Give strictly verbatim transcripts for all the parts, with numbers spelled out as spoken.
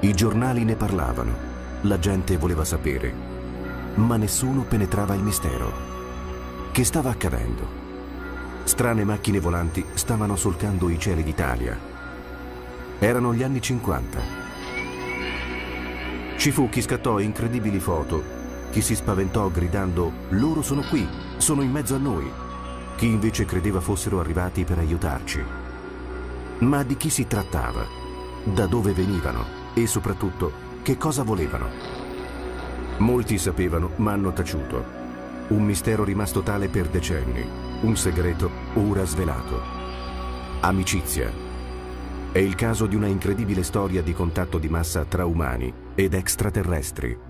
I giornali ne parlavano, la gente voleva sapere, ma nessuno penetrava il mistero. Che stava accadendo? Strane macchine volanti stavano solcando i cieli d'Italia. Erano gli anni cinquanta. Ci fu chi scattò incredibili foto, chi si spaventò gridando «Loro sono qui, sono in mezzo a noi», chi invece credeva fossero arrivati per aiutarci. Ma di chi si trattava? Da dove venivano? E soprattutto, che cosa volevano? Molti sapevano, ma hanno taciuto. Un mistero rimasto tale per decenni, un segreto ora svelato. Amicizia. È il caso di una incredibile storia di contatto di massa tra umani ed extraterrestri.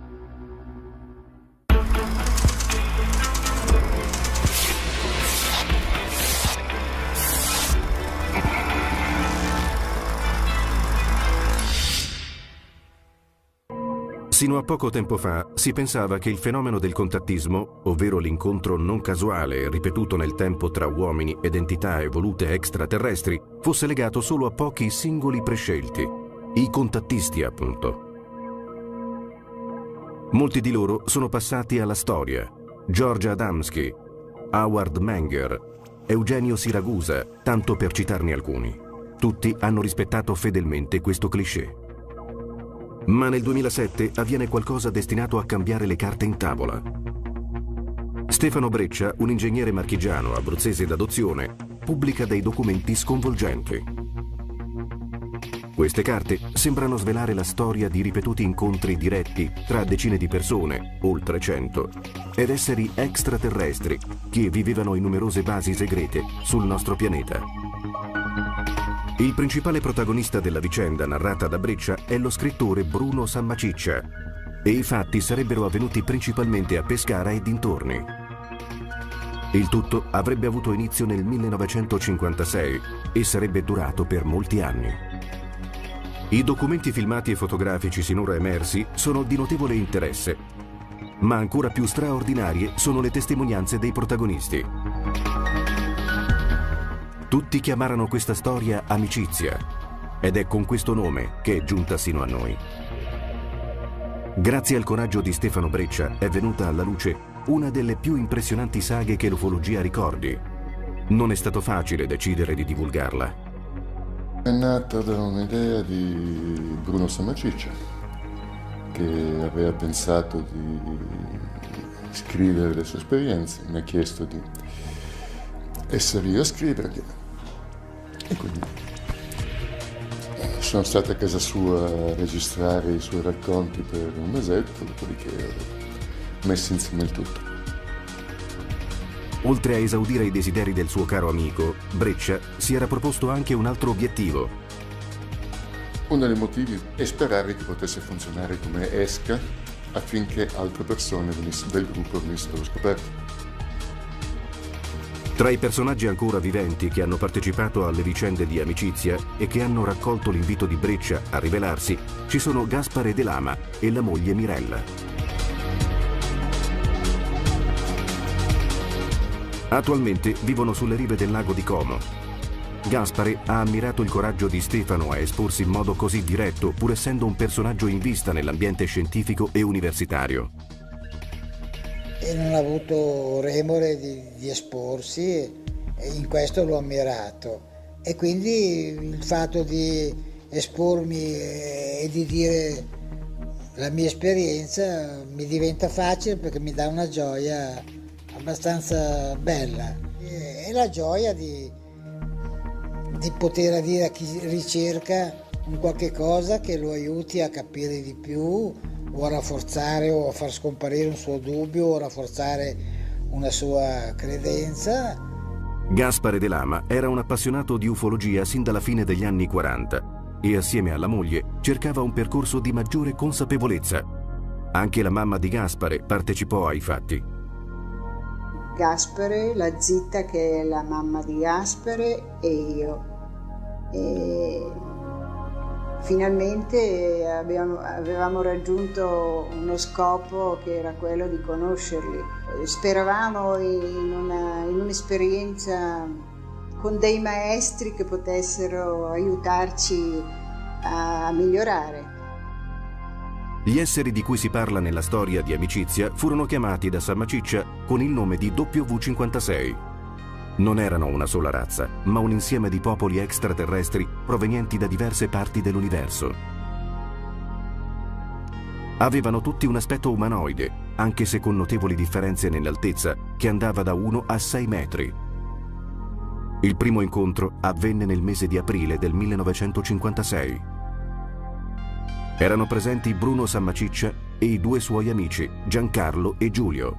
Sino a poco tempo fa si pensava che il fenomeno del contattismo, ovvero l'incontro non casuale e ripetuto nel tempo tra uomini ed entità evolute extraterrestri, fosse legato solo a pochi singoli prescelti, i contattisti appunto. Molti di loro sono passati alla storia: George Adamski, Howard Menger, Eugenio Siragusa, tanto per citarne alcuni. Tutti hanno rispettato fedelmente questo cliché. Ma nel duemilasette avviene qualcosa destinato a cambiare le carte in tavola. Stefano Breccia, un ingegnere marchigiano abruzzese d'adozione, pubblica dei documenti sconvolgenti. Queste carte sembrano svelare la storia di ripetuti incontri diretti tra decine di persone, oltre cento, ed esseri extraterrestri che vivevano in numerose basi segrete sul nostro pianeta. Il principale protagonista della vicenda narrata da Breccia è lo scrittore Bruno Sammaciccia, e i fatti sarebbero avvenuti principalmente a Pescara e dintorni. Il tutto avrebbe avuto inizio nel millenovecentocinquantasei e sarebbe durato per molti anni. I documenti filmati e fotografici sinora emersi sono di notevole interesse, ma ancora più straordinarie sono le testimonianze dei protagonisti. Tutti chiamarono questa storia Amicizia, ed è con questo nome che è giunta sino a noi. Grazie al coraggio di Stefano Breccia è venuta alla luce una delle più impressionanti saghe che l'ufologia ricordi. Non è stato facile decidere di divulgarla. È nata da un'idea di Bruno Sammaciccia, che aveva pensato di scrivere le sue esperienze, mi ha chiesto di essere io a scriverle. E quindi sono stato a casa sua a registrare i suoi racconti per un mesetto, dopodiché ho messo insieme il tutto. Oltre a esaudire i desideri del suo caro amico, Breccia si era proposto anche un altro obiettivo. Uno dei motivi è sperare che potesse funzionare come esca affinché altre persone del gruppo venissero scoperte. Tra i personaggi ancora viventi che hanno partecipato alle vicende di Amicizia e che hanno raccolto l'invito di Breccia a rivelarsi, ci sono Gaspare De Lama e la moglie Mirella. Attualmente vivono sulle rive del lago di Como. Gaspare ha ammirato il coraggio di Stefano a esporsi in modo così diretto, pur essendo un personaggio in vista nell'ambiente scientifico e universitario. E non ha avuto remore di, di esporsi e, e in questo l'ho ammirato. E quindi il fatto di espormi e, e di dire la mia esperienza mi diventa facile perché mi dà una gioia abbastanza bella. E, e la gioia di, di poter dire a chi ricerca un qualche cosa che lo aiuti a capire di più, o a rafforzare o a far scomparire un suo dubbio o a rafforzare una sua credenza. Gaspare De Lama era un appassionato di ufologia sin dalla fine degli anni quaranta e assieme alla moglie cercava un percorso di maggiore consapevolezza. Anche la mamma di Gaspare partecipò ai fatti. Gaspare, la zitta che è la mamma di Gaspare e io. E finalmente abbiamo, avevamo raggiunto uno scopo che era quello di conoscerli. Speravamo in, una, in un'esperienza con dei maestri che potessero aiutarci a migliorare. Gli esseri di cui si parla nella storia di Amicizia furono chiamati da Sammaçiccia con il nome di W cinquantasei. Non erano una sola razza, ma un insieme di popoli extraterrestri provenienti da diverse parti dell'universo. Avevano tutti un aspetto umanoide, anche se con notevoli differenze nell'altezza, che andava da uno a sei metri. Il primo incontro avvenne nel mese di aprile del millenovecentocinquantasei. Erano presenti Bruno Sammaçiccia e i due suoi amici, Giancarlo e Giulio.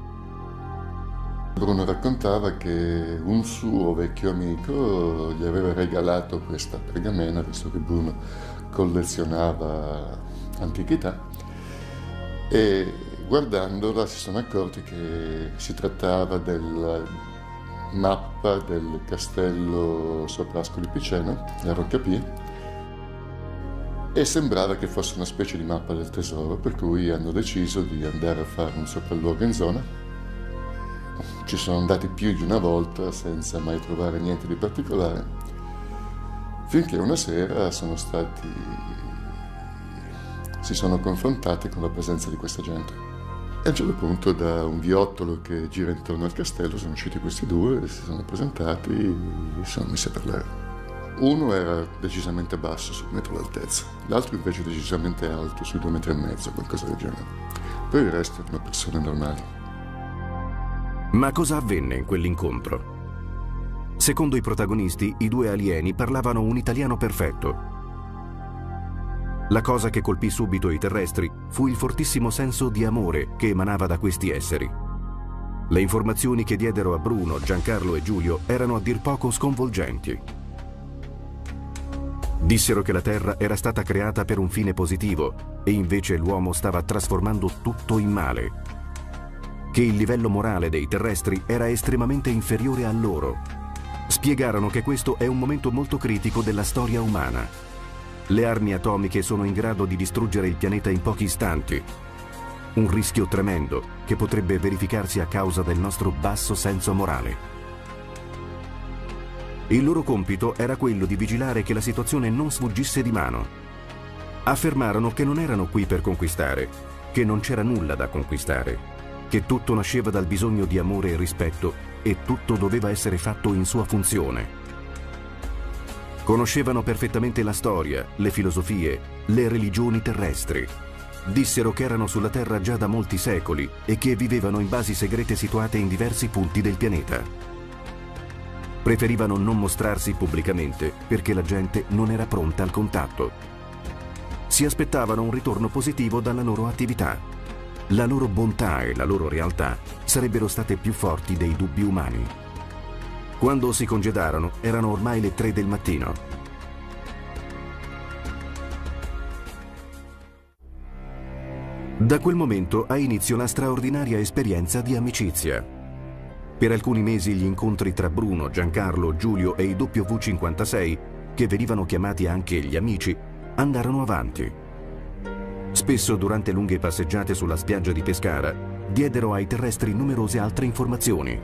Bruno raccontava che un suo vecchio amico gli aveva regalato questa pergamena, visto che Bruno collezionava antichità, e guardandola si sono accorti che si trattava della mappa del castello Soprascoli Piceno, la Rocca Pia, e sembrava che fosse una specie di mappa del tesoro, per cui hanno deciso di andare a fare un sopralluogo in zona. Ci sono andati più di una volta senza mai trovare niente di particolare, finché una sera sono stati si sono confrontati con la presenza di questa gente. E a un certo punto, da un viottolo che gira intorno al castello, sono usciti questi due, si sono presentati e si sono messi a parlare. Uno era decisamente basso, su un metro d'altezza, l'altro invece decisamente alto, sui due metri e mezzo, qualcosa del genere. Per il resto erano persone normali. Ma cosa avvenne in quell'incontro? Secondo i protagonisti, i due alieni parlavano un italiano perfetto. La cosa che colpì subito i terrestri fu il fortissimo senso di amore che emanava da questi esseri. Le informazioni che diedero a Bruno, Giancarlo e Giulio erano a dir poco sconvolgenti. Dissero che la Terra era stata creata per un fine positivo e invece l'uomo stava trasformando tutto in male. Che il livello morale dei terrestri era estremamente inferiore al loro. Spiegarono che questo è un momento molto critico della storia umana. Le armi atomiche sono in grado di distruggere il pianeta in pochi istanti. Un rischio tremendo che potrebbe verificarsi a causa del nostro basso senso morale. Il loro compito era quello di vigilare che la situazione non sfuggisse di mano. Affermarono che non erano qui per conquistare, che non c'era nulla da conquistare, che tutto nasceva dal bisogno di amore e rispetto e tutto doveva essere fatto in sua funzione. Conoscevano perfettamente la storia, le filosofie, le religioni terrestri. Dissero che erano sulla Terra già da molti secoli e che vivevano in basi segrete situate in diversi punti del pianeta. Preferivano non mostrarsi pubblicamente perché la gente non era pronta al contatto. Si aspettavano un ritorno positivo dalla loro attività. La loro bontà e la loro realtà sarebbero state più forti dei dubbi umani. Quando si congedarono erano ormai le tre del mattino. Da quel momento ha inizio la straordinaria esperienza di amicizia. Per alcuni mesi gli incontri tra Bruno, Giancarlo, Giulio e i W cinquantasei, che venivano chiamati anche gli amici, andarono avanti. Spesso durante lunghe passeggiate sulla spiaggia di Pescara diedero ai terrestri numerose altre informazioni.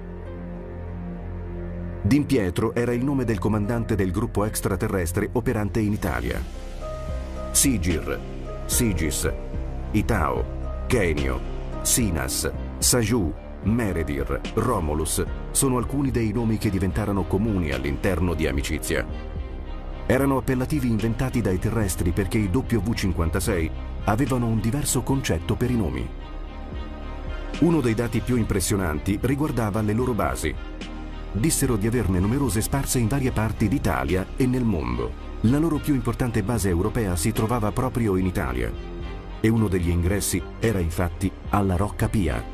Dimpietro era il nome del comandante del gruppo extraterrestre operante in Italia. Sigir, Sigis, Itao, Kenio, Sinas, Saju, Meredir, Romulus sono alcuni dei nomi che diventarono comuni all'interno di Amicizia. Erano appellativi inventati dai terrestri perché i W cinquantasei avevano un diverso concetto per i nomi. Uno dei dati più impressionanti riguardava le loro basi. Dissero di averne numerose sparse in varie parti d'Italia e nel mondo. La loro più importante base europea si trovava proprio in Italia e uno degli ingressi era infatti alla Rocca Pia.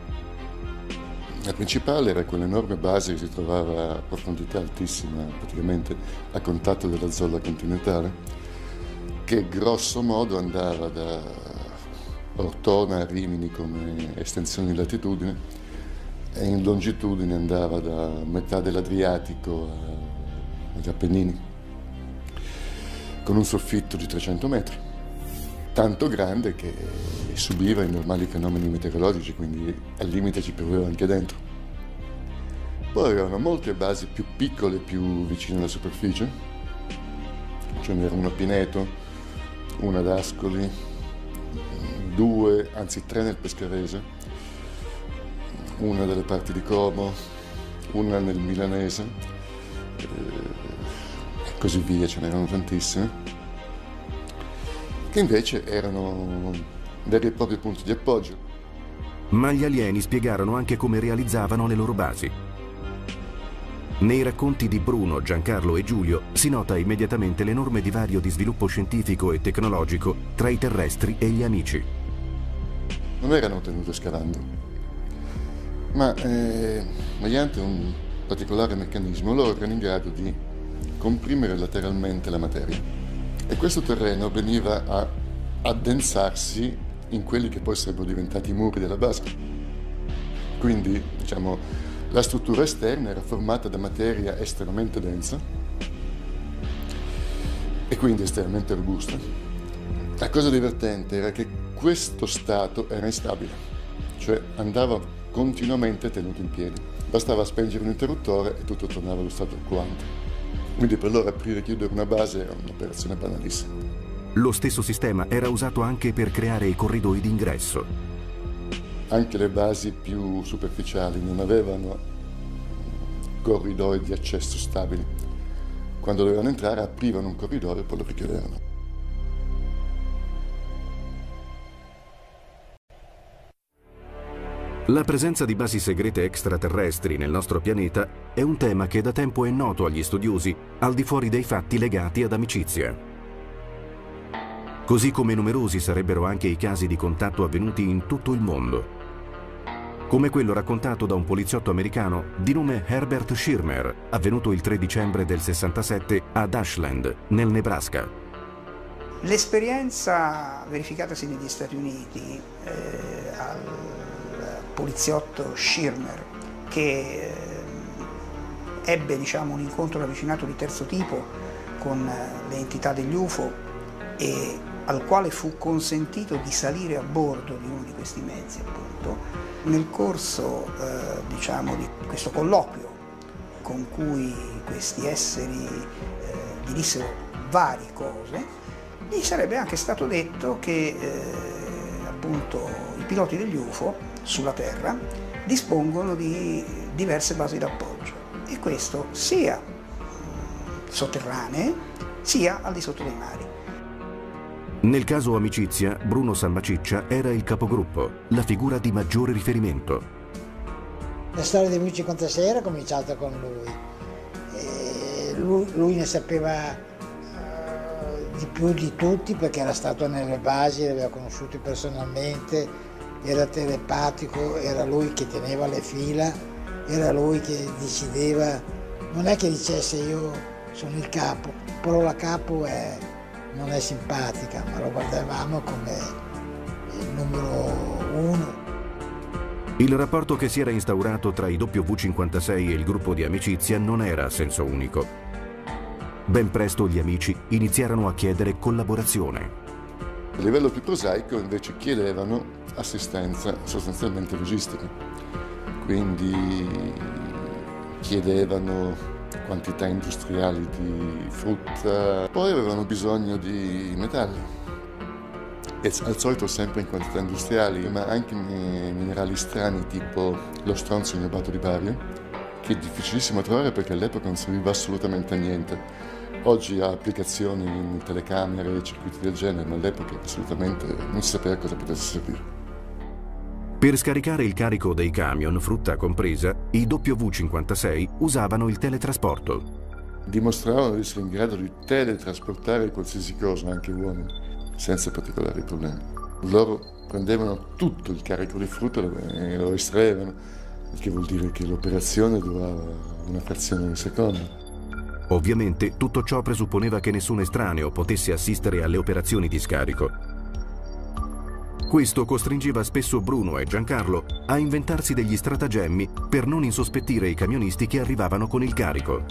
La principale era quell'enorme base che si trovava a profondità altissima, praticamente a contatto della zolla continentale, che grosso modo andava da Ortona a Rimini come estensione in latitudine e in longitudine andava da metà dell'Adriatico agli Appennini, con un soffitto di trecento metri, tanto grande che subiva i normali fenomeni meteorologici, quindi al limite ci pioveva anche dentro. Poi avevano molte basi più piccole, più vicine alla superficie. Ce n'era una a Pineto, una ad Ascoli, due, anzi tre nel Pescarese, una dalle parti di Como, una nel Milanese, e così via, ce n'erano tantissime, che invece erano veri e propri punti di appoggio. Ma gli alieni spiegarono anche come realizzavano le loro basi. Nei racconti di Bruno, Giancarlo e Giulio si nota immediatamente l'enorme divario di sviluppo scientifico e tecnologico tra i terrestri e gli amici. Non erano ottenute scavando, ma eh, mediante un particolare meccanismo loro erano in grado di comprimere lateralmente la materia. E questo terreno veniva a addensarsi in quelli che poi sarebbero diventati i muri della base. Quindi, diciamo, la struttura esterna era formata da materia estremamente densa e quindi estremamente robusta. La cosa divertente era che questo stato era instabile, cioè andava continuamente tenuto in piedi. Bastava spengere un interruttore e tutto tornava allo stato quanto. Quindi per loro aprire e chiudere una base era un'operazione banalissima. Lo stesso sistema era usato anche per creare i corridoi d'ingresso. Anche le basi più superficiali non avevano corridoi di accesso stabili. Quando dovevano entrare aprivano un corridoio e poi lo richiudevano. La presenza di basi segrete extraterrestri nel nostro pianeta è un tema che da tempo è noto agli studiosi, al di fuori dei fatti legati ad amicizia. Così come numerosi sarebbero anche i casi di contatto avvenuti in tutto il mondo, come quello raccontato da un poliziotto americano di nome Herbert Schirmer, avvenuto il tre dicembre del sessantasette ad Ashland, nel Nebraska. L'esperienza verificatasi negli Stati Uniti eh, al poliziotto Schirmer, che eh, ebbe diciamo, un incontro ravvicinato di terzo tipo con le entità degli U F O e al quale fu consentito di salire a bordo di uno di questi mezzi, appunto. Nel corso eh, diciamo, di questo colloquio con cui questi esseri eh, gli dissero varie cose, gli sarebbe anche stato detto che eh, appunto i piloti degli U F O sulla Terra dispongono di diverse basi d'appoggio, e questo sia sotterranee sia al di sotto dei mari. Nel caso Amicizia, Bruno Sambaciccia era il capogruppo, la figura di maggiore riferimento. La storia del M cinquantasei era cominciata con lui. E lui, lui ne sapeva uh, di più di tutti perché era stato nelle basi, li aveva conosciuti personalmente, era telepatico, era lui che teneva le fila, era lui che decideva. Non è che dicesse io sono il capo, però la capo è... non è simpatica, ma lo guardavamo come il numero uno. Il rapporto che si era instaurato tra i W cinquantasei e il gruppo di Amicizia non era a senso unico. Ben presto gli amici iniziarono a chiedere collaborazione. A livello più prosaico invece chiedevano assistenza sostanzialmente logistica, quindi chiedevano quantità industriali di frutta, poi avevano bisogno di metalli, e al solito sempre in quantità industriali, ma anche minerali strani tipo lo stronzio iniobato di bario, che è difficilissimo trovare perché all'epoca non serviva assolutamente a niente. Oggi ha applicazioni in telecamere e circuiti del genere, ma all'epoca assolutamente non si sapeva cosa potesse servire. Per scaricare il carico dei camion, frutta compresa, i W cinquantasei usavano il teletrasporto. Dimostravano di essere in grado di teletrasportare qualsiasi cosa, anche uomini, senza particolari problemi. Loro prendevano tutto il carico di frutta e lo estraevano, il che vuol dire che l'operazione durava una frazione di secondo. Ovviamente tutto ciò presupponeva che nessun estraneo potesse assistere alle operazioni di scarico. Questo costringeva spesso Bruno e Giancarlo a inventarsi degli stratagemmi per non insospettire i camionisti che arrivavano con il carico.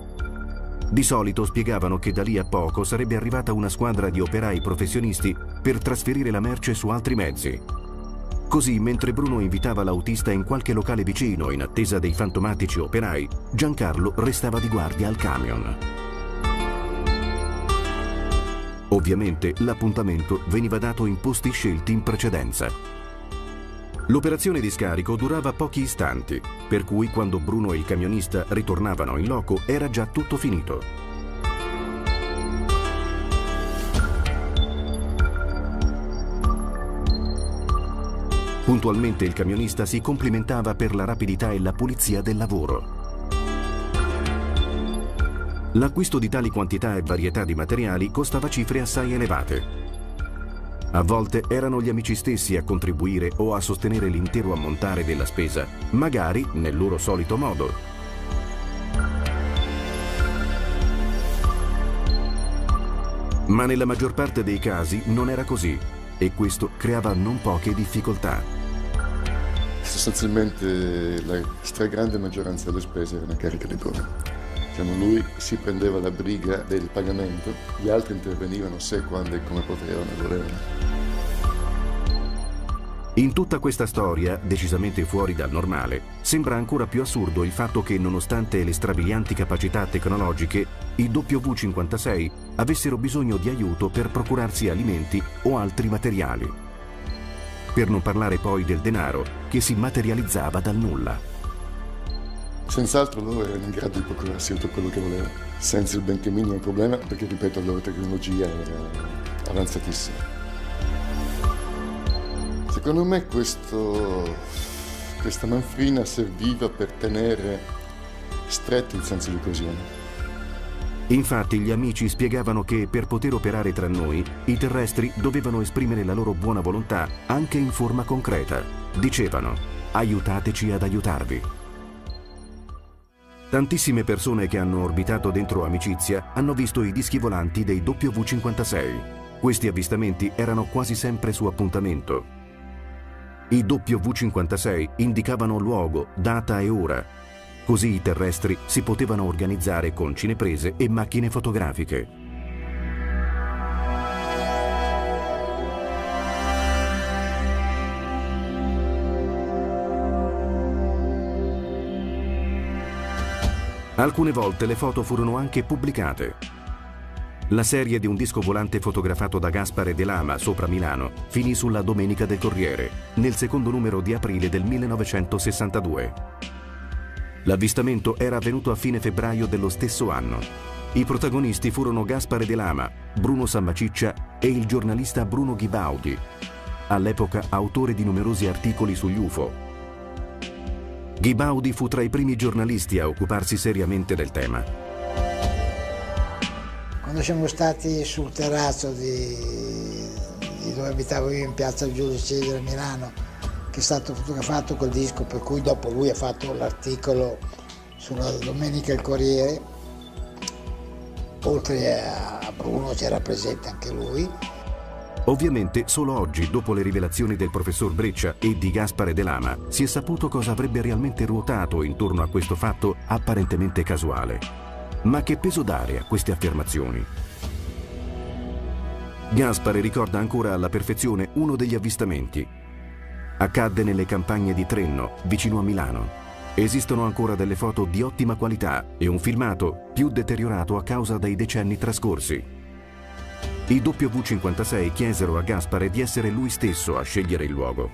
Di solito spiegavano che da lì a poco sarebbe arrivata una squadra di operai professionisti per trasferire la merce su altri mezzi. Così, mentre Bruno invitava l'autista in qualche locale vicino in attesa dei fantomatici operai, Giancarlo restava di guardia al camion. Ovviamente l'appuntamento veniva dato in posti scelti in precedenza. L'operazione di scarico durava pochi istanti, per cui quando Bruno e il camionista ritornavano in loco era già tutto finito. Puntualmente il camionista si complimentava per la rapidità e la pulizia del lavoro. L'acquisto di tali quantità e varietà di materiali costava cifre assai elevate. A volte erano gli amici stessi a contribuire o a sostenere l'intero ammontare della spesa, magari nel loro solito modo. Ma nella maggior parte dei casi non era così e questo creava non poche difficoltà. Sostanzialmente la stragrande maggioranza delle spese era una carica di Bruno. Diciamo, lui si prendeva la briga del pagamento, gli altri intervenivano se, quando e come potevano e volevano. In tutta questa storia, decisamente fuori dal normale, sembra ancora più assurdo il fatto che, nonostante le strabilianti capacità tecnologiche, i W cinquantasei avessero bisogno di aiuto per procurarsi alimenti o altri materiali. Per non parlare poi del denaro che si materializzava dal nulla. Senz'altro loro erano in grado di procurarsi tutto quello che volevano, senza il benché minimo problema, perché, ripeto, la loro tecnologia era avanzatissima. Secondo me questo, questa manfrina serviva per tenere stretto il senso di coesione. Infatti gli amici spiegavano che per poter operare tra noi, i terrestri dovevano esprimere la loro buona volontà anche in forma concreta. Dicevano: aiutateci ad aiutarvi. Tantissime persone che hanno orbitato dentro Amicizia hanno visto i dischi volanti dei W cinquantasei. Questi avvistamenti erano quasi sempre su appuntamento. I W cinquantasei indicavano luogo, data e ora. Così i terrestri si potevano organizzare con cineprese e macchine fotografiche. Alcune volte le foto furono anche pubblicate. La serie di un disco volante fotografato da Gaspare De Lama sopra Milano finì sulla Domenica del Corriere, nel secondo numero di aprile del millenovecentosessantadue. L'avvistamento era avvenuto a fine febbraio dello stesso anno. I protagonisti furono Gaspare De Lama, Bruno Sammaciccia e il giornalista Bruno Ghibaudi, all'epoca autore di numerosi articoli sugli U F O. Ghibaudi fu tra i primi giornalisti a occuparsi seriamente del tema. Quando siamo stati sul terrazzo di, di dove abitavo io in piazza Giulio Cesare a Milano, che è stato fotografato quel disco, per cui dopo lui ha fatto l'articolo sulla Domenica del Corriere, oltre a Bruno c'era presente anche lui. Ovviamente solo oggi, dopo le rivelazioni del professor Breccia e di Gaspare De Lama, si è saputo cosa avrebbe realmente ruotato intorno a questo fatto apparentemente casuale. Ma che peso dare a queste affermazioni? Gaspare ricorda ancora alla perfezione uno degli avvistamenti. Accadde nelle campagne di Trenno, vicino a Milano. Esistono ancora delle foto di ottima qualità e un filmato più deteriorato a causa dei decenni trascorsi. I W cinquantasei chiesero a Gaspare di essere lui stesso a scegliere il luogo.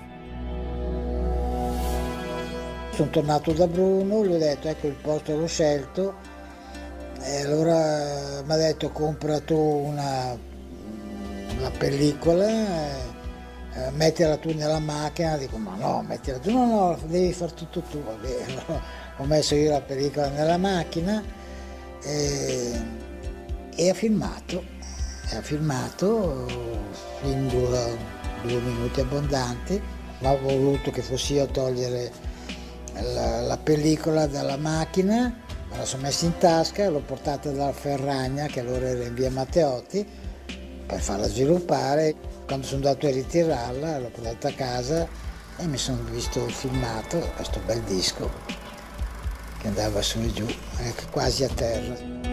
Sono tornato da Bruno, gli ho detto ecco il posto l'ho scelto, e allora mi ha detto compra tu una, una pellicola, eh, mettila tu nella macchina. Dico ma no, mettila tu, no no, devi far tutto tu. Vabbè, allora, ho messo io la pellicola nella macchina e, e ha filmato. Ha filmato, il film dura due minuti abbondanti, ma ho voluto che fossi io a togliere la, la pellicola dalla macchina, me la sono messa in tasca, l'ho portata dalla Ferragna, che allora era in via Matteotti, per farla sviluppare. Quando sono andato a ritirarla, l'ho portata a casa e mi sono visto il filmato, questo bel disco che andava su e giù, quasi a terra.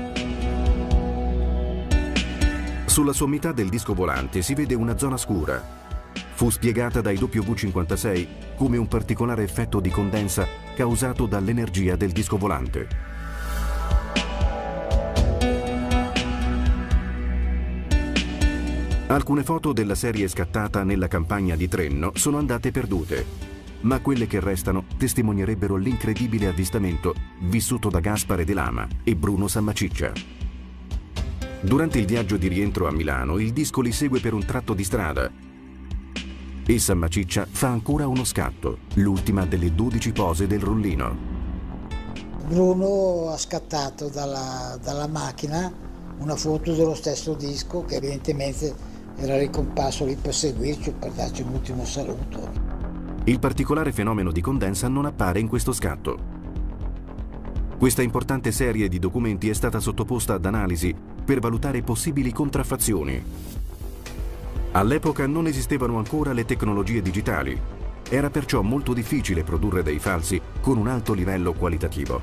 Sulla sommità del disco volante si vede una zona scura. Fu spiegata dai W cinquantasei come un particolare effetto di condensa causato dall'energia del disco volante. Alcune foto della serie scattata nella campagna di Trenno sono andate perdute, ma quelle che restano testimonierebbero l'incredibile avvistamento vissuto da Gaspare De Lama e Bruno Sammaciccia. Durante il viaggio di rientro a Milano, il disco li segue per un tratto di strada e Sammaciccia fa ancora uno scatto, l'ultima delle dodici pose del rullino. Bruno ha scattato dalla, dalla macchina una foto dello stesso disco, che evidentemente era ricomparso lì per seguirci, per darci un ultimo saluto. Il particolare fenomeno di condensa non appare in questo scatto. Questa importante serie di documenti è stata sottoposta ad analisi per valutare possibili contraffazioni. All'epoca non esistevano ancora le tecnologie digitali. Era perciò molto difficile produrre dei falsi con un alto livello qualitativo.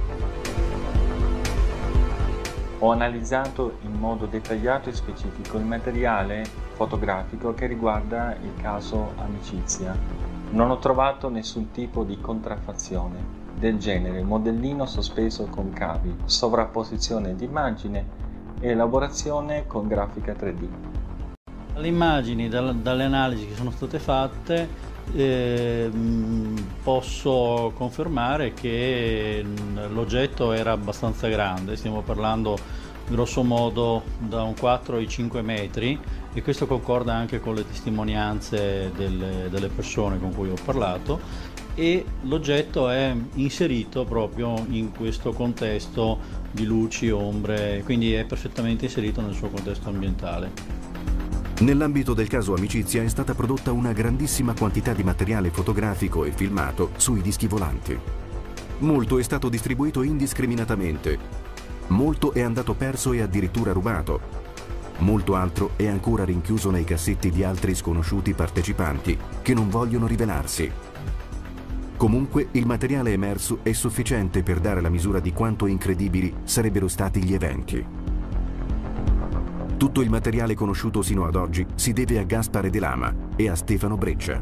Ho analizzato in modo dettagliato e specifico il materiale fotografico che riguarda il caso Amicizia. Non ho trovato nessun tipo di contraffazione del genere: modellino sospeso con cavi, sovrapposizione di immagine e elaborazione con grafica tre D. Le immagini, dalle analisi che sono state fatte, eh, posso confermare che l'oggetto era abbastanza grande. Stiamo parlando grosso modo da un quattro ai cinque metri, e questo concorda anche con le testimonianze delle, delle persone con cui ho parlato, e l'oggetto è inserito proprio in questo contesto di luci, ombre, quindi è perfettamente inserito nel suo contesto ambientale. Nell'ambito del caso Amicizia è stata prodotta una grandissima quantità di materiale fotografico e filmato sui dischi volanti. Molto è stato distribuito indiscriminatamente, molto è andato perso e addirittura rubato, molto altro è ancora rinchiuso nei cassetti di altri sconosciuti partecipanti che non vogliono rivelarsi. Comunque il materiale emerso è sufficiente per dare la misura di quanto incredibili sarebbero stati gli eventi. Tutto il materiale conosciuto sino ad oggi si deve a Gaspare De Lama e a Stefano Breccia.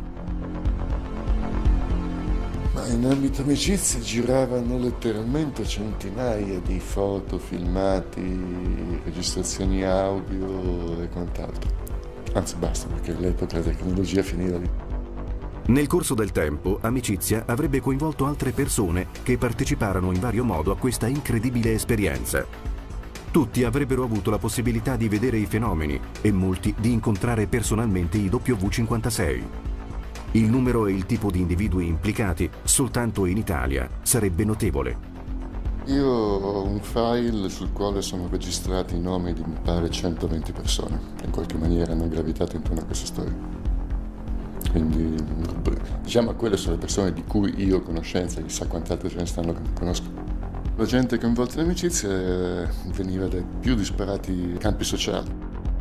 Ma in ambito amicizia giravano letteralmente centinaia di foto, filmati, registrazioni audio e quant'altro. Anzi basta, perché all'epoca la tecnologia finiva lì. Nel corso del tempo, Amicizia avrebbe coinvolto altre persone che parteciparono in vario modo a questa incredibile esperienza. Tutti avrebbero avuto la possibilità di vedere i fenomeni e molti di incontrare personalmente i W cinquantasei. Il numero e il tipo di individui implicati soltanto in Italia sarebbe notevole. Io ho un file sul quale sono registrati i nomi di, mi pare, centoventi persone che in qualche maniera hanno gravitato intorno a questa storia. Quindi, diciamo, quelle sono le persone di cui io ho conoscenza, chissà quante altre ce ne stanno che non conosco. La gente coinvolta in amicizia veniva dai più disparati campi sociali.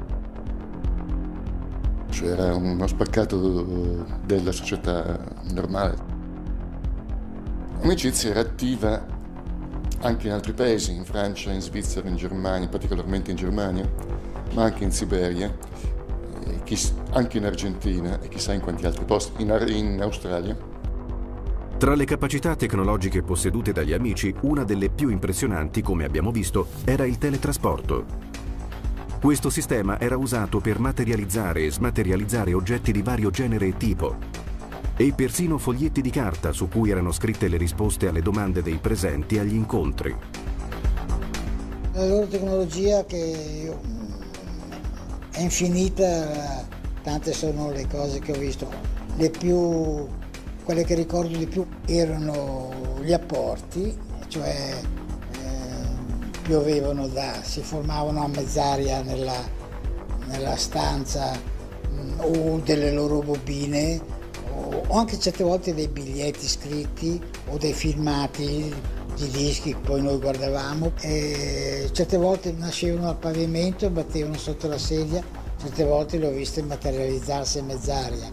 Cioè era uno spaccato della società normale. Amicizia era attiva anche in altri paesi, in Francia, in Svizzera, in Germania, particolarmente in Germania, ma anche in Siberia, anche in Argentina e chissà in quanti altri posti, in, in Australia. Tra le capacità tecnologiche possedute dagli amici, una delle più impressionanti, come abbiamo visto, era il teletrasporto. Questo sistema era usato per materializzare e smaterializzare oggetti di vario genere e tipo, e persino foglietti di carta su cui erano scritte le risposte alle domande dei presenti agli incontri. La loro tecnologia, che io, è infinita, tante sono le cose che ho visto. Le più Quelle che ricordo di più erano gli apporti, cioè eh, piovevano da, si formavano a mezz'aria nella, nella stanza, mh, o delle loro bobine, o, o anche certe volte dei biglietti scritti o dei filmati di dischi che poi noi guardavamo. E certe volte nascevano al pavimento e battevano sotto la sedia, certe volte le ho viste materializzarsi a mezz'aria.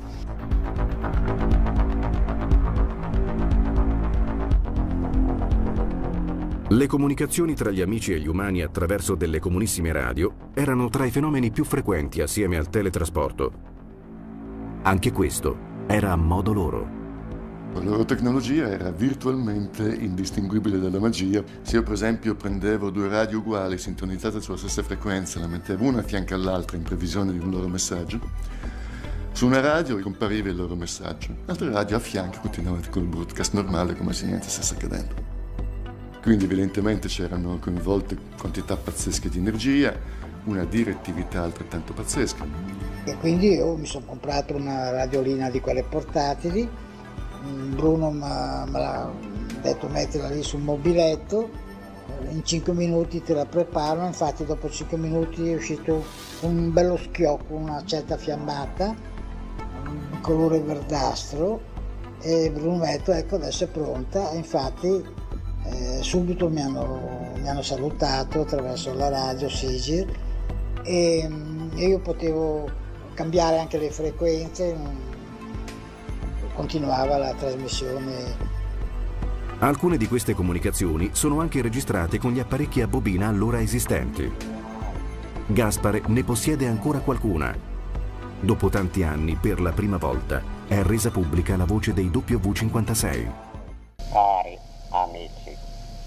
Le comunicazioni tra gli amici e gli umani attraverso delle comunissime radio erano tra i fenomeni più frequenti assieme al teletrasporto. Anche questo era a modo loro. La loro tecnologia era virtualmente indistinguibile dalla magia. Se io per esempio prendevo due radio uguali, sintonizzate sulla stessa frequenza, la mettevo una a fianco all'altra in previsione di un loro messaggio, su una radio compariva il loro messaggio, l'altra radio a fianco continuava con il broadcast normale come se niente stesse accadendo. Quindi evidentemente c'erano coinvolte quantità pazzesche di energia, una direttività altrettanto pazzesca. E quindi io mi sono comprato una radiolina di quelle portatili, Bruno mi ha detto mettila lì sul mobiletto, in cinque minuti te la preparo, infatti dopo cinque minuti è uscito un bello schiocco, una certa fiammata, un colore verdastro, e Bruno mi ha detto ecco adesso è pronta, e infatti eh, subito mi hanno, mi hanno salutato attraverso la radio Sigir e, e io potevo cambiare anche le frequenze, continuava la trasmissione. Alcune di queste comunicazioni sono anche registrate con gli apparecchi a bobina allora esistenti. Gaspare ne possiede ancora qualcuna. Dopo tanti anni, per la prima volta, è resa pubblica la voce dei W cinquantasei. Cari amici,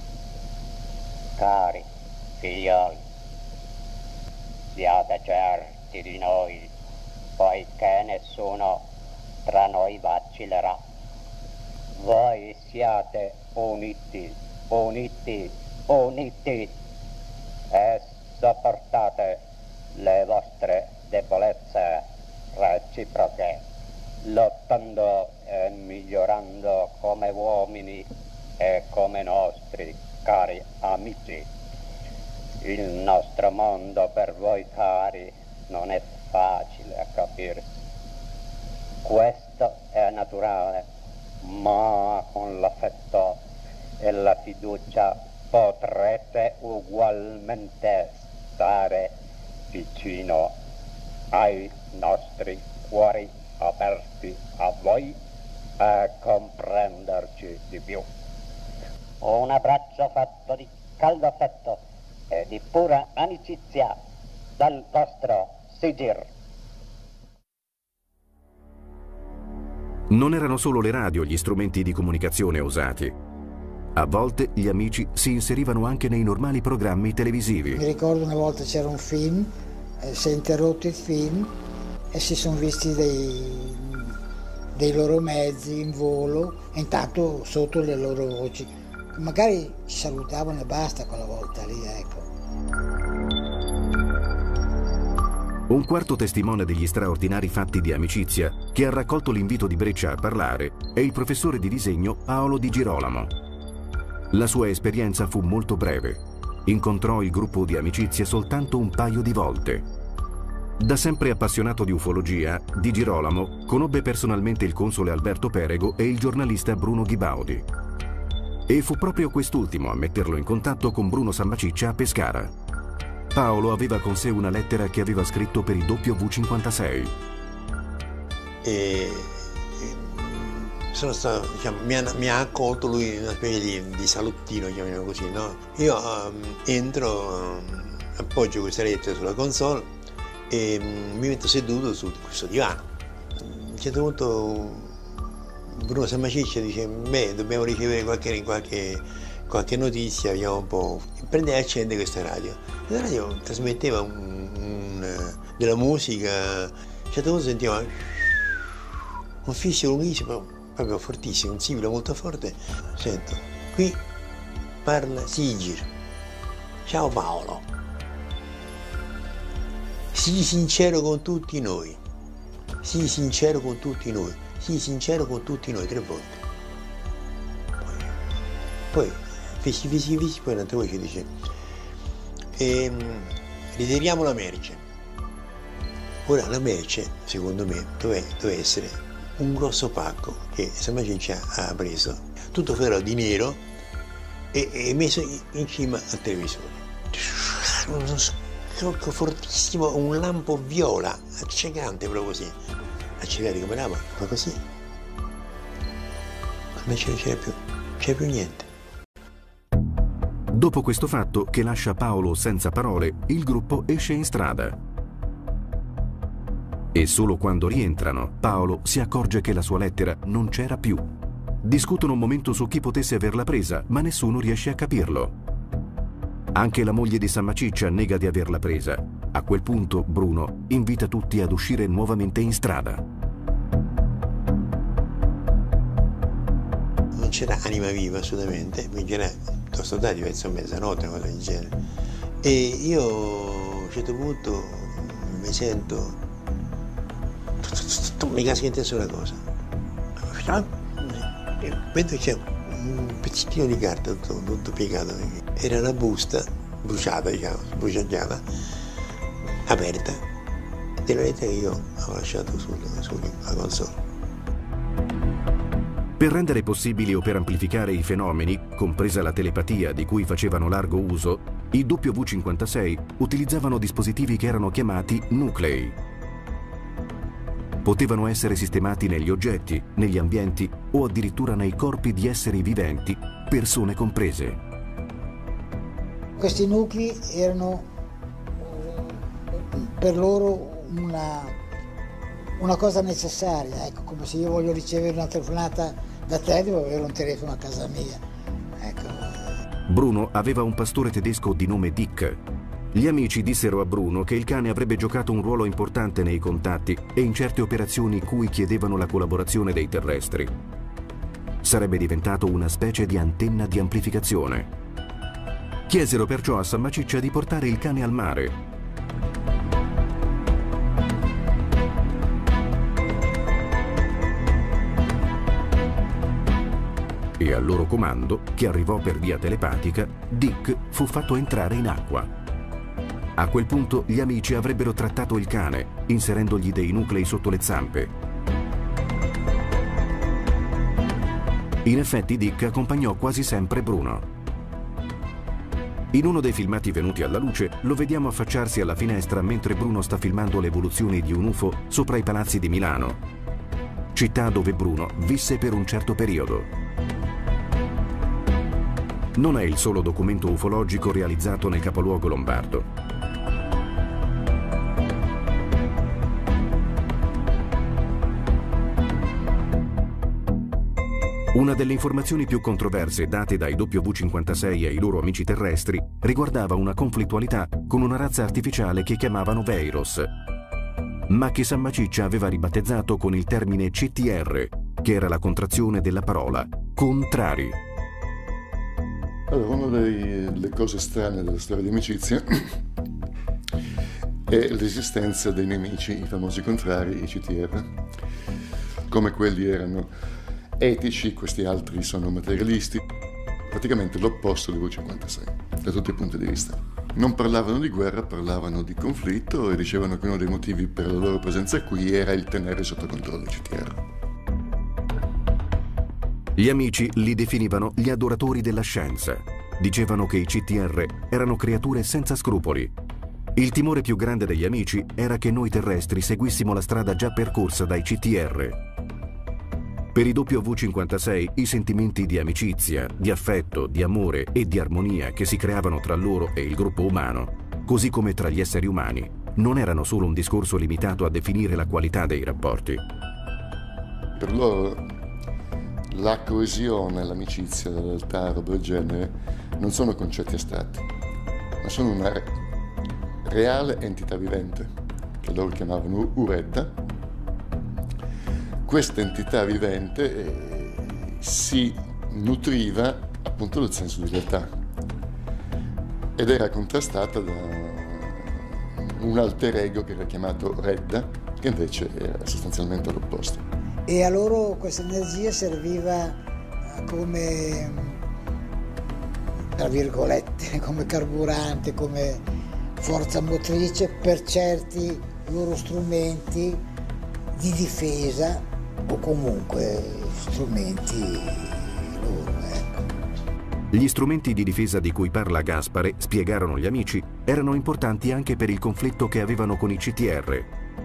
cari figlioli, siate certi di noi, poiché nessuno tra noi vacillerà. Voi siate uniti, uniti, uniti e sopportate le vostre debolezze reciproche, lottando e migliorando come uomini e come nostri cari amici. Il nostro mondo per voi cari non è facile a capirsi. Questo è naturale, ma con l'affetto e la fiducia potrete ugualmente stare vicino ai nostri cuori aperti a voi e comprenderci di più. Un abbraccio fatto di caldo affetto e di pura amicizia dal vostro Sigir. Non erano solo le radio gli strumenti di comunicazione usati. A volte gli amici si inserivano anche nei normali programmi televisivi. Mi ricordo una volta c'era un film, eh, si è interrotto il film e si sono visti dei, dei loro mezzi in volo e intanto sotto le loro voci. Magari ci salutavano e basta quella volta lì, ecco. Un quarto testimone degli straordinari fatti di amicizia che ha raccolto l'invito di Breccia a parlare è il professore di disegno Paolo Di Girolamo. La sua esperienza fu molto breve. Incontrò il gruppo di amicizia soltanto un paio di volte. Da sempre appassionato di ufologia, Di Girolamo conobbe personalmente il console Alberto Perego e il giornalista Bruno Ghibaudi. E fu proprio quest'ultimo a metterlo in contatto con Bruno Sambaciccia a Pescara. Paolo aveva con sé una lettera che aveva scritto per i W cinquantasei. E, e sono stato, diciamo, mi, ha, mi ha accolto lui in una specie di, di salottino, chiamiamolo così, no? Io um, entro, um, appoggio questa lettera sulla console e um, mi metto seduto su questo divano. A un certo punto Bruno Sambaciccia dice, beh, dobbiamo ricevere qualche, qualche, qualche notizia, vediamo un po'. Prende e accende questa radio. La radio trasmetteva un, un, della musica, a un certo punto sentiamo un fischio lunghissimo, proprio fortissimo, un sibilo molto forte. Sento, qui parla Sigir. Ciao Paolo. Sii sincero con tutti noi. Sii sincero con tutti noi. Sii sincero con tutti noi, tre volte. Poi, poi fischi, fischi, fischi, poi un'altra voce dice ehm, ritiriamo la merce. Ora la merce, secondo me, doveva dove essere un grosso pacco che Sambaciccia ha preso, tutto però di nero e, e messo in cima al televisore. Uno scrocco fortissimo, un lampo viola, accecante proprio così. Accecante come lama, ma così. Non c'era più, c'era più niente. Dopo questo fatto, che lascia Paolo senza parole, il gruppo esce in strada. E solo quando rientrano, Paolo si accorge che la sua lettera non c'era più. Discutono un momento su chi potesse averla presa, ma nessuno riesce a capirlo. Anche la moglie di Sammaciccia nega di averla presa. A quel punto Bruno invita tutti ad uscire nuovamente in strada. Non c'era anima viva assolutamente, quindi era tosto tardi, verso mezzanotte, una cosa del genere. E io a un certo punto mi sento, mi casca in testa una cosa. E vedo che c'è un pezzettino di carta tutto, tutto piegato. Era una busta bruciata, diciamo, bruciacchiata, aperta, della lettera che io avevo lasciato sulla sul, console. Per rendere possibili o per amplificare i fenomeni, compresa la telepatia di cui facevano largo uso, i W cinquantasei utilizzavano dispositivi che erano chiamati nuclei. Potevano essere sistemati negli oggetti, negli ambienti o addirittura nei corpi di esseri viventi, persone comprese. Questi nuclei erano per loro una, una cosa necessaria, ecco, come se io voglio ricevere una telefonata da te, devo avere un telefono a casa mia. Ecco. Bruno aveva un pastore tedesco di nome Dick. Gli amici dissero a Bruno che il cane avrebbe giocato un ruolo importante nei contatti e in certe operazioni cui chiedevano la collaborazione dei terrestri. Sarebbe diventato una specie di antenna di amplificazione. Chiesero perciò a Sammaciccia di portare il cane al mare. E al loro comando, che arrivò per via telepatica, Dick fu fatto entrare in acqua. A quel punto gli amici avrebbero trattato il cane, inserendogli dei nuclei sotto le zampe. In effetti Dick accompagnò quasi sempre Bruno. In uno dei filmati venuti alla luce lo vediamo affacciarsi alla finestra mentre Bruno sta filmando le evoluzioni di un U F O sopra i palazzi di Milano, città dove Bruno visse per un certo periodo. Non è il solo documento ufologico realizzato nel capoluogo lombardo. Una delle informazioni più controverse date dai W cinquantasei ai loro amici terrestri riguardava una conflittualità con una razza artificiale che chiamavano Veiros, ma che Sammaciccia aveva ribattezzato con il termine C T R, che era la contrazione della parola contrari. Allora, una delle cose strane della storia di amicizia è l'esistenza dei nemici, i famosi contrari, i C T R. Come quelli erano etici, questi altri sono materialisti, praticamente l'opposto dei W cinquantasei, da tutti i punti di vista. Non parlavano di guerra, parlavano di conflitto e dicevano che uno dei motivi per la loro presenza qui era il tenere sotto controllo i C T R. Gli amici li definivano gli adoratori della scienza. Dicevano che i C T R erano creature senza scrupoli. Il timore più grande degli amici era che noi terrestri seguissimo la strada già percorsa dai C T R. Per i W cinquantasei i sentimenti di amicizia, di affetto, di amore e di armonia che si creavano tra loro e il gruppo umano, così come tra gli esseri umani, non erano solo un discorso limitato a definire la qualità dei rapporti. Per loro la coesione, l'amicizia, la lealtà, roba del genere, non sono concetti astratti, ma sono una reale entità vivente, che loro chiamavano Uredda. Questa entità vivente eh, si nutriva appunto del senso di realtà ed era contrastata da un alter ego che era chiamato Redda, che invece era sostanzialmente l'opposto. E a loro questa energia serviva come, tra virgolette, come carburante, come forza motrice per certi loro strumenti di difesa o comunque strumenti loro, ecco. Gli strumenti di difesa di cui parla Gaspare, spiegarono gli amici, erano importanti anche per il conflitto che avevano con i C T R.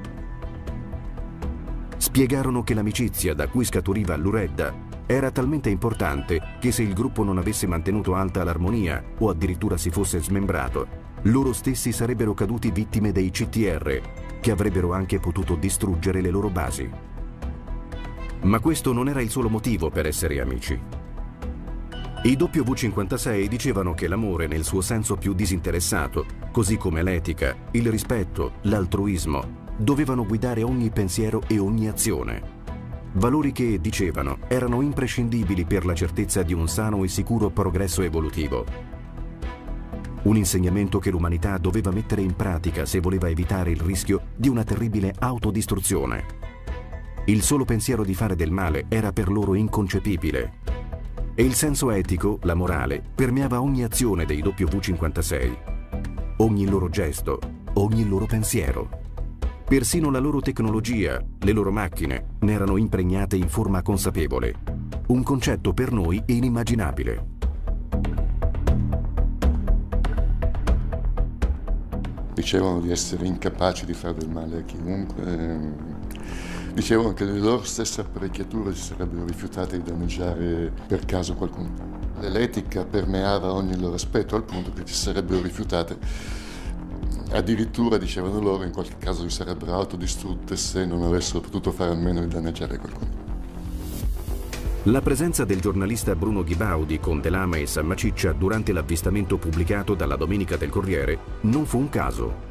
Spiegarono che l'amicizia da cui scaturiva l'Uredda era talmente importante che se il gruppo non avesse mantenuto alta l'armonia o addirittura si fosse smembrato, loro stessi sarebbero caduti vittime dei C T R, che avrebbero anche potuto distruggere le loro basi. Ma questo non era il solo motivo per essere amici. I W cinquantasei dicevano che l'amore nel suo senso più disinteressato, così come l'etica, il rispetto, l'altruismo, dovevano guidare ogni pensiero e ogni azione. Valori che, dicevano, erano imprescindibili per la certezza di un sano e sicuro progresso evolutivo. Un insegnamento che l'umanità doveva mettere in pratica se voleva evitare il rischio di una terribile autodistruzione. Il solo pensiero di fare del male era per loro inconcepibile. E il senso etico, la morale, permeava ogni azione dei W cinquantasei, ogni loro gesto, ogni loro pensiero. Persino la loro tecnologia, le loro macchine, ne erano impregnate in forma consapevole. Un concetto per noi inimmaginabile. Dicevano di essere incapaci di fare del male a chiunque. Dicevano che le loro stesse apparecchiature si sarebbero rifiutate di danneggiare per caso qualcuno. L'etica permeava ogni loro aspetto al punto che si sarebbero rifiutate. Addirittura, dicevano loro, in qualche caso si sarebbero autodistrutte se non avessero potuto fare a meno di danneggiare qualcuno. La presenza del giornalista Bruno Ghibaudi con De Lama e Samma Ciccia durante l'avvistamento pubblicato dalla Domenica del Corriere non fu un caso.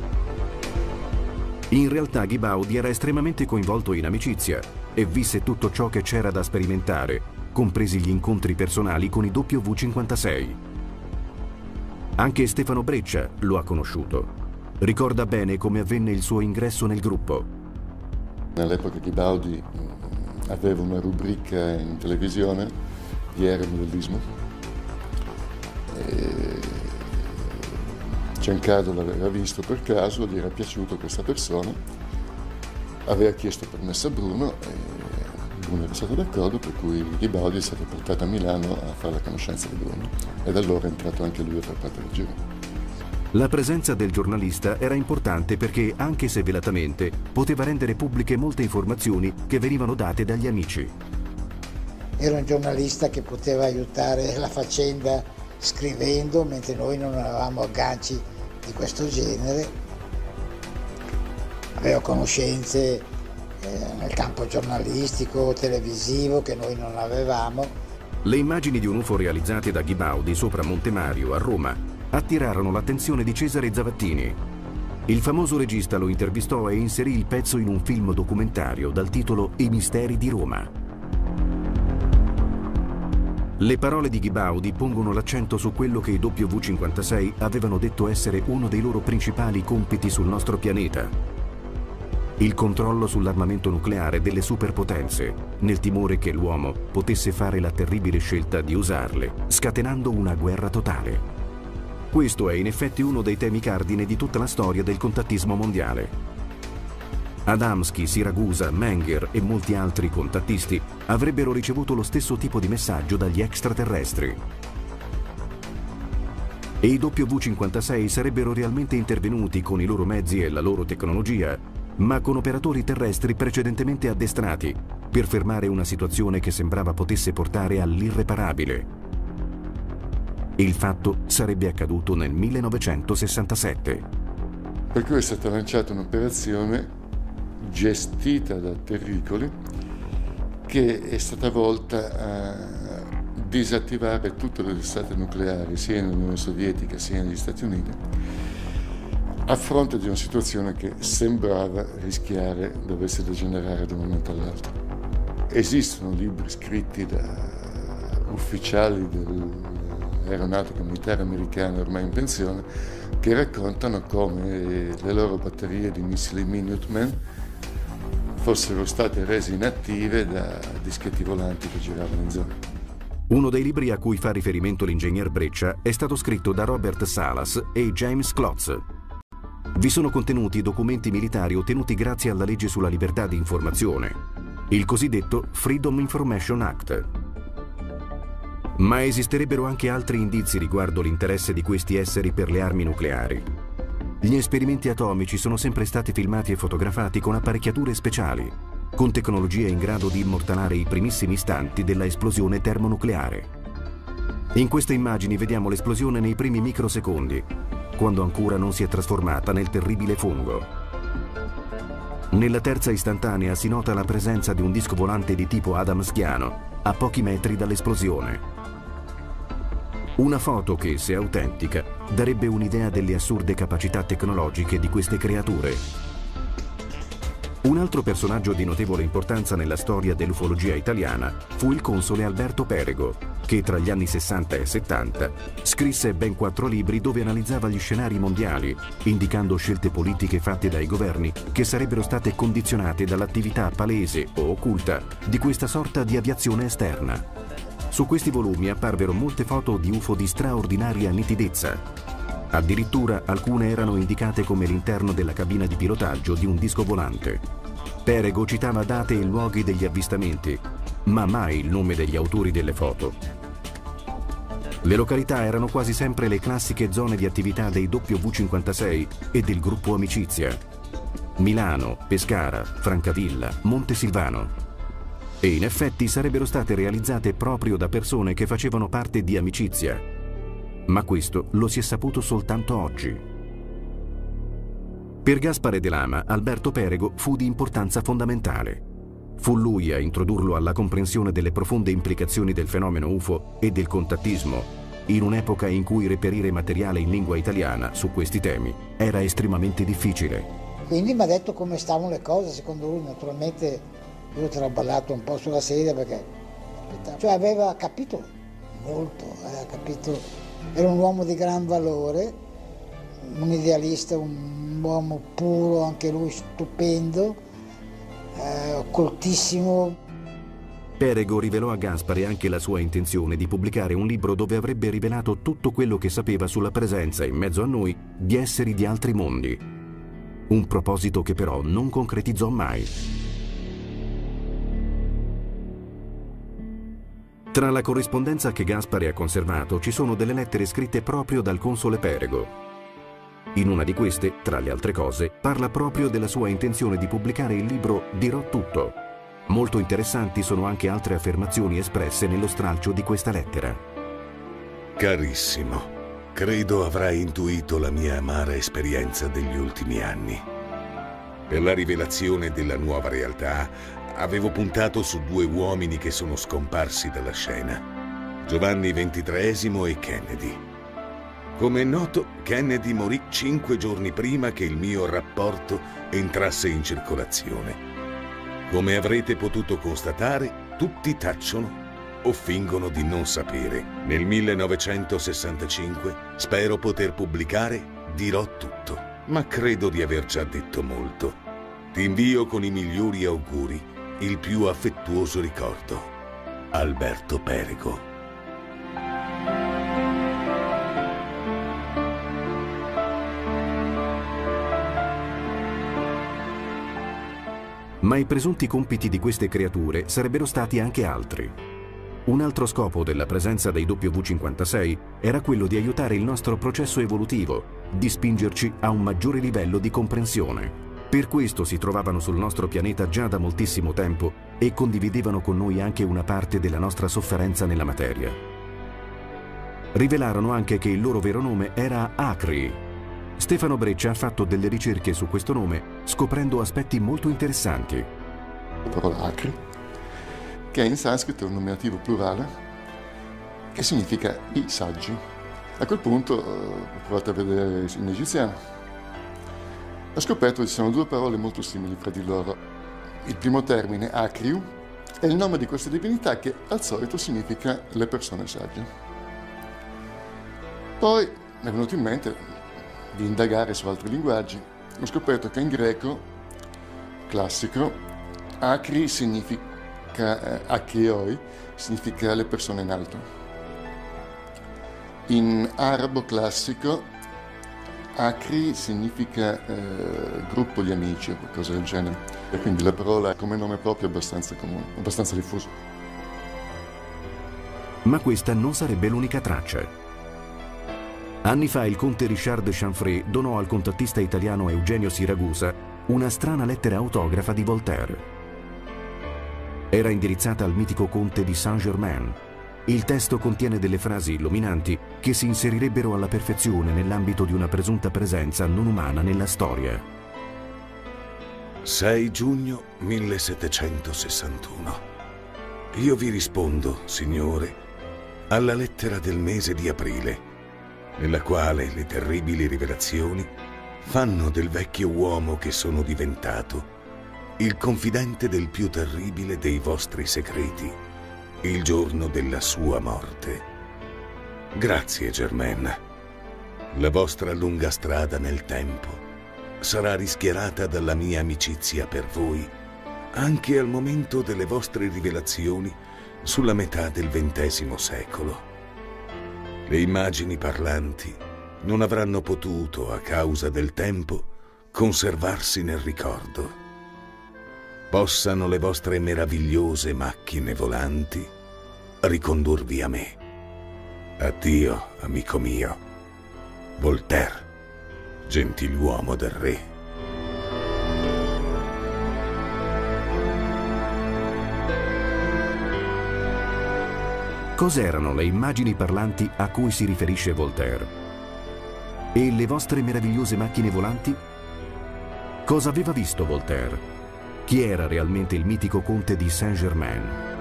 In realtà Ghibaudi era estremamente coinvolto in amicizia e visse tutto ciò che c'era da sperimentare, compresi gli incontri personali con i W cinquantasei. Anche Stefano Breccia lo ha conosciuto. Ricorda bene come avvenne il suo ingresso nel gruppo. Nell'epoca Ghibaudi aveva una rubrica in televisione di aeromodellismo. E Giancarlo l'aveva visto per caso, gli era piaciuto questa persona, aveva chiesto permesso a Bruno e Bruno era stato d'accordo, per cui Ghibaudi è stato portato a Milano a fare la conoscenza di Bruno e da allora è entrato anche lui a far parte del giury. La presenza del giornalista era importante perché, anche se velatamente, poteva rendere pubbliche molte informazioni che venivano date dagli amici. Era un giornalista che poteva aiutare la faccenda scrivendo, mentre noi non avevamo agganci di questo genere. Aveva conoscenze eh, nel campo giornalistico, televisivo, che noi non avevamo. Le immagini di un U F O realizzate da Ghibaudi sopra Monte Mario, a Roma, attirarono l'attenzione di Cesare Zavattini. Il famoso regista lo intervistò e inserì il pezzo in un film documentario dal titolo I misteri di Roma. Le parole di Ghibaudi pongono l'accento su quello che i W cinquantasei avevano detto essere uno dei loro principali compiti sul nostro pianeta: il controllo sull'armamento nucleare delle superpotenze, nel timore che l'uomo potesse fare la terribile scelta di usarle, scatenando una guerra totale. Questo è in effetti uno dei temi cardine di tutta la storia del contattismo mondiale. Adamski, Siragusa, Menger e molti altri contattisti avrebbero ricevuto lo stesso tipo di messaggio dagli extraterrestri. E i W cinquantasei sarebbero realmente intervenuti con i loro mezzi e la loro tecnologia, ma con operatori terrestri precedentemente addestrati, per fermare una situazione che sembrava potesse portare all'irreparabile. Il fatto sarebbe accaduto nel millenovecentosessantasette. Per cui è stata lanciata un'operazione gestita da Terricoli che è stata volta a disattivare tutte le testate nucleari sia nell'Unione Sovietica sia negli Stati Uniti, a fronte di una situazione che sembrava rischiare dovesse degenerare da un momento all'altro. Esistono libri scritti da ufficiali dell'aeronautica militare americana ormai in pensione che raccontano come le loro batterie di missili Minuteman fossero state rese inattive da dischetti volanti che giravano in zona. Uno dei libri a cui fa riferimento l'ingegner Breccia è stato scritto da Robert Salas e James Klotz. Vi sono contenuti documenti militari ottenuti grazie alla legge sulla libertà di informazione, il cosiddetto Freedom Information Act. Ma esisterebbero anche altri indizi riguardo l'interesse di questi esseri per le armi nucleari. Gli esperimenti atomici sono sempre stati filmati e fotografati con apparecchiature speciali, con tecnologie in grado di immortalare i primissimi istanti della esplosione termonucleare. In queste immagini vediamo l'esplosione nei primi microsecondi, quando ancora non si è trasformata nel terribile fungo. Nella terza istantanea si nota la presenza di un disco volante di tipo adamskiano a pochi metri dall'esplosione. Una foto che, se autentica, darebbe un'idea delle assurde capacità tecnologiche di queste creature. Un altro personaggio di notevole importanza nella storia dell'ufologia italiana fu il console Alberto Perego, che tra gli anni sessanta e settanta scrisse ben quattro libri dove analizzava gli scenari mondiali, indicando scelte politiche fatte dai governi che sarebbero state condizionate dall'attività palese o occulta di questa sorta di aviazione esterna. Su questi volumi apparvero molte foto di U F O di straordinaria nitidezza. Addirittura alcune erano indicate come l'interno della cabina di pilotaggio di un disco volante. Perego citava date e luoghi degli avvistamenti, ma mai il nome degli autori delle foto. Le località erano quasi sempre le classiche zone di attività dei W cinquantasei e del gruppo Amicizia: Milano, Pescara, Francavilla, Montesilvano. E in effetti sarebbero state realizzate proprio da persone che facevano parte di Amicizia. Ma questo lo si è saputo soltanto oggi. Per Gaspare De Lama, Alberto Perego fu di importanza fondamentale. Fu lui a introdurlo alla comprensione delle profonde implicazioni del fenomeno U F O e del contattismo, in un'epoca in cui reperire materiale in lingua italiana su questi temi era estremamente difficile. Quindi mi ha detto come stavano le cose, secondo lui. Naturalmente io traballato un po' sulla sedia perché cioè aveva capito molto, aveva capito. Era un uomo di gran valore, un idealista, un uomo puro, anche lui stupendo, eh, occultissimo. Perego rivelò a Gaspare anche la sua intenzione di pubblicare un libro dove avrebbe rivelato tutto quello che sapeva sulla presenza in mezzo a noi di esseri di altri mondi. Un proposito che però non concretizzò mai. Tra la corrispondenza che Gaspare ha conservato ci sono delle lettere scritte proprio dal console Perego. In una di queste, tra le altre cose, parla proprio della sua intenzione di pubblicare il libro Dirò tutto. Molto interessanti sono anche altre affermazioni espresse nello stralcio di questa lettera. Carissimo, credo avrai intuito la mia amara esperienza degli ultimi anni. Per la rivelazione della nuova realtà avevo puntato su due uomini che sono scomparsi dalla scena, Giovanni ventitreesimo e Kennedy. Come è noto, Kennedy morì cinque giorni prima che il mio rapporto entrasse in circolazione. Come avrete potuto constatare, tutti tacciono o fingono di non sapere. Nel millenovecentosessantacinque spero poter pubblicare Dirò tutto, ma credo di aver già detto molto. Ti invio con i migliori auguri il più affettuoso ricordo. Alberto Perego. Ma i presunti compiti di queste creature sarebbero stati anche altri. Un altro scopo della presenza dei W cinquantasei era quello di aiutare il nostro processo evolutivo, di spingerci a un maggiore livello di comprensione. Per questo si trovavano sul nostro pianeta già da moltissimo tempo e condividevano con noi anche una parte della nostra sofferenza nella materia. Rivelarono anche che il loro vero nome era Acri. Stefano Breccia ha fatto delle ricerche su questo nome, scoprendo aspetti molto interessanti. La parola Acri, che in sanscrito è un nominativo plurale, che significa i saggi. A quel punto ho provato a vedere in egiziano. Ho scoperto che ci sono due parole molto simili fra di loro. Il primo termine, Acriu, è il nome di questa divinità che al solito significa le persone sagge. Poi mi è venuto in mente di indagare su altri linguaggi. Ho scoperto che in greco classico Acri significa, eh, Achioi, significa le persone in alto. In arabo classico Acri significa eh, gruppo di amici o qualcosa del genere, e quindi la parola come nome proprio è abbastanza comune, abbastanza diffuso. Ma questa non sarebbe l'unica traccia. Anni fa il conte Richard de Chanfray donò al contattista italiano Eugenio Siragusa una strana lettera autografa di Voltaire. Era indirizzata al mitico conte di Saint-Germain. Il testo contiene delle frasi illuminanti che si inserirebbero alla perfezione nell'ambito di una presunta presenza non umana nella storia. sei giugno millesettecentosessantuno. Io vi rispondo, Signore, alla lettera del mese di aprile, nella quale le terribili rivelazioni fanno del vecchio uomo che sono diventato il confidente del più terribile dei vostri segreti, il giorno della sua morte. Grazie, Germaine. La vostra lunga strada nel tempo sarà rischiarata dalla mia amicizia per voi anche al momento delle vostre rivelazioni sulla metà del ventesimo secolo. Le immagini parlanti non avranno potuto, a causa del tempo, conservarsi nel ricordo. Possano le vostre meravigliose macchine volanti ricondurvi a me. Addio, amico mio. Voltaire, gentiluomo del re. Cos'erano le immagini parlanti a cui si riferisce Voltaire? E le vostre meravigliose macchine volanti? Cosa aveva visto Voltaire? Chi era realmente il mitico conte di Saint-Germain?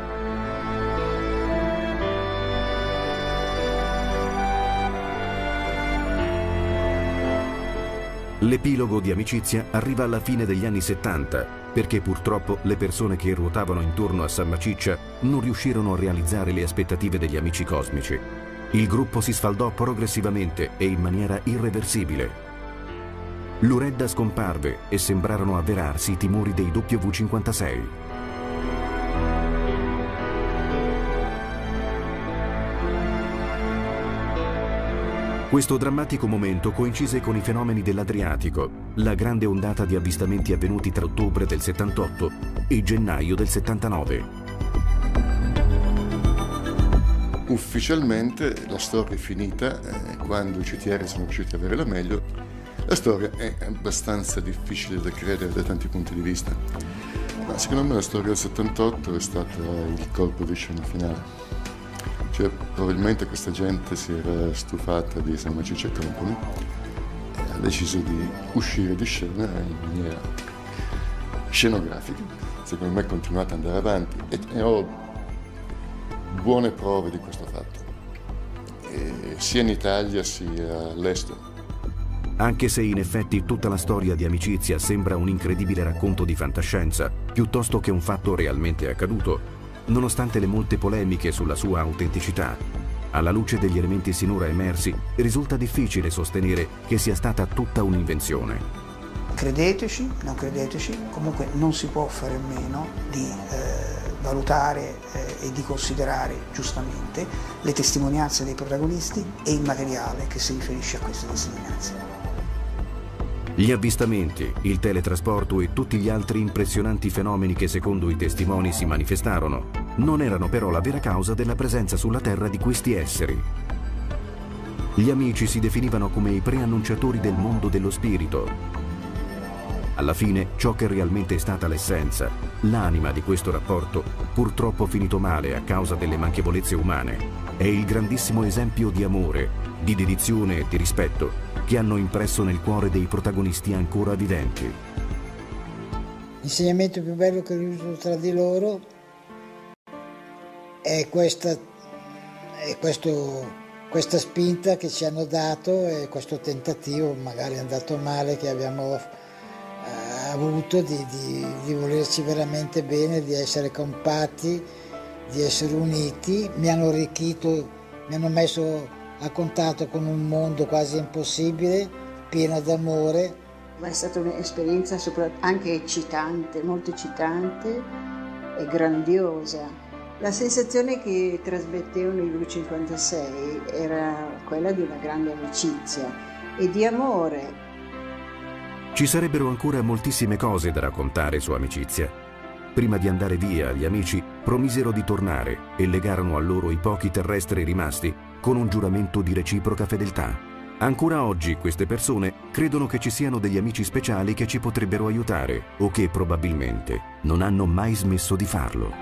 L'epilogo di Amicizia arriva alla fine degli anni settanta, perché purtroppo le persone che ruotavano intorno a Samma Ciccia non riuscirono a realizzare le aspettative degli amici cosmici. Il gruppo si sfaldò progressivamente e in maniera irreversibile. Luredda scomparve e sembrarono avverarsi i timori dei W cinquantasei. Questo drammatico momento coincise con i fenomeni dell'Adriatico, la grande ondata di avvistamenti avvenuti tra ottobre del settantotto e gennaio del settantanove. Ufficialmente la storia è finita eh, quando i C T R sono riusciti ad avere la meglio. La storia è abbastanza difficile da credere da tanti punti di vista, ma secondo me la storia del settantotto è stata il colpo di scena finale. Cioè, probabilmente questa gente si era stufata di Samma Ciccia Company e ha deciso di uscire di scena in maniera scenografica. Secondo me è continuata ad andare avanti e, e ho buone prove di questo fatto, e sia in Italia sia all'estero. Anche se in effetti tutta la storia di Amicizia sembra un incredibile racconto di fantascienza, piuttosto che un fatto realmente accaduto, nonostante le molte polemiche sulla sua autenticità, alla luce degli elementi sinora emersi, risulta difficile sostenere che sia stata tutta un'invenzione. Credeteci, non credeteci, comunque non si può fare a meno di eh, valutare eh, e di considerare giustamente le testimonianze dei protagonisti e il materiale che si riferisce a queste testimonianze. Gli avvistamenti, il teletrasporto e tutti gli altri impressionanti fenomeni che secondo i testimoni si manifestarono non erano però la vera causa della presenza sulla Terra di questi esseri. Gli amici si definivano come i preannunciatori del mondo dello spirito. Alla fine, ciò che realmente è stata l'essenza, l'anima di questo rapporto, purtroppo finito male a causa delle manchevolezze umane, è il grandissimo esempio di amore, di dedizione e di rispetto che hanno impresso nel cuore dei protagonisti ancora viventi. L'insegnamento più bello che ho avuto tra di loro è questa, è questo, questa spinta che ci hanno dato e questo tentativo, magari è andato male, che abbiamo eh, avuto di, di, di volerci veramente bene, di essere compatti, di essere uniti. Mi hanno arricchito, mi hanno messo a contatto con un mondo quasi impossibile, pieno d'amore. Ma è stata un'esperienza anche eccitante, molto eccitante e grandiosa. La sensazione che trasmettevano i W cinquantasei era quella di una grande amicizia e di amore. Ci sarebbero ancora moltissime cose da raccontare su Amicizia. Prima di andare via, gli amici promisero di tornare e legarono a loro i pochi terrestri rimasti con un giuramento di reciproca fedeltà. Ancora oggi queste persone credono che ci siano degli amici speciali che ci potrebbero aiutare o che probabilmente non hanno mai smesso di farlo.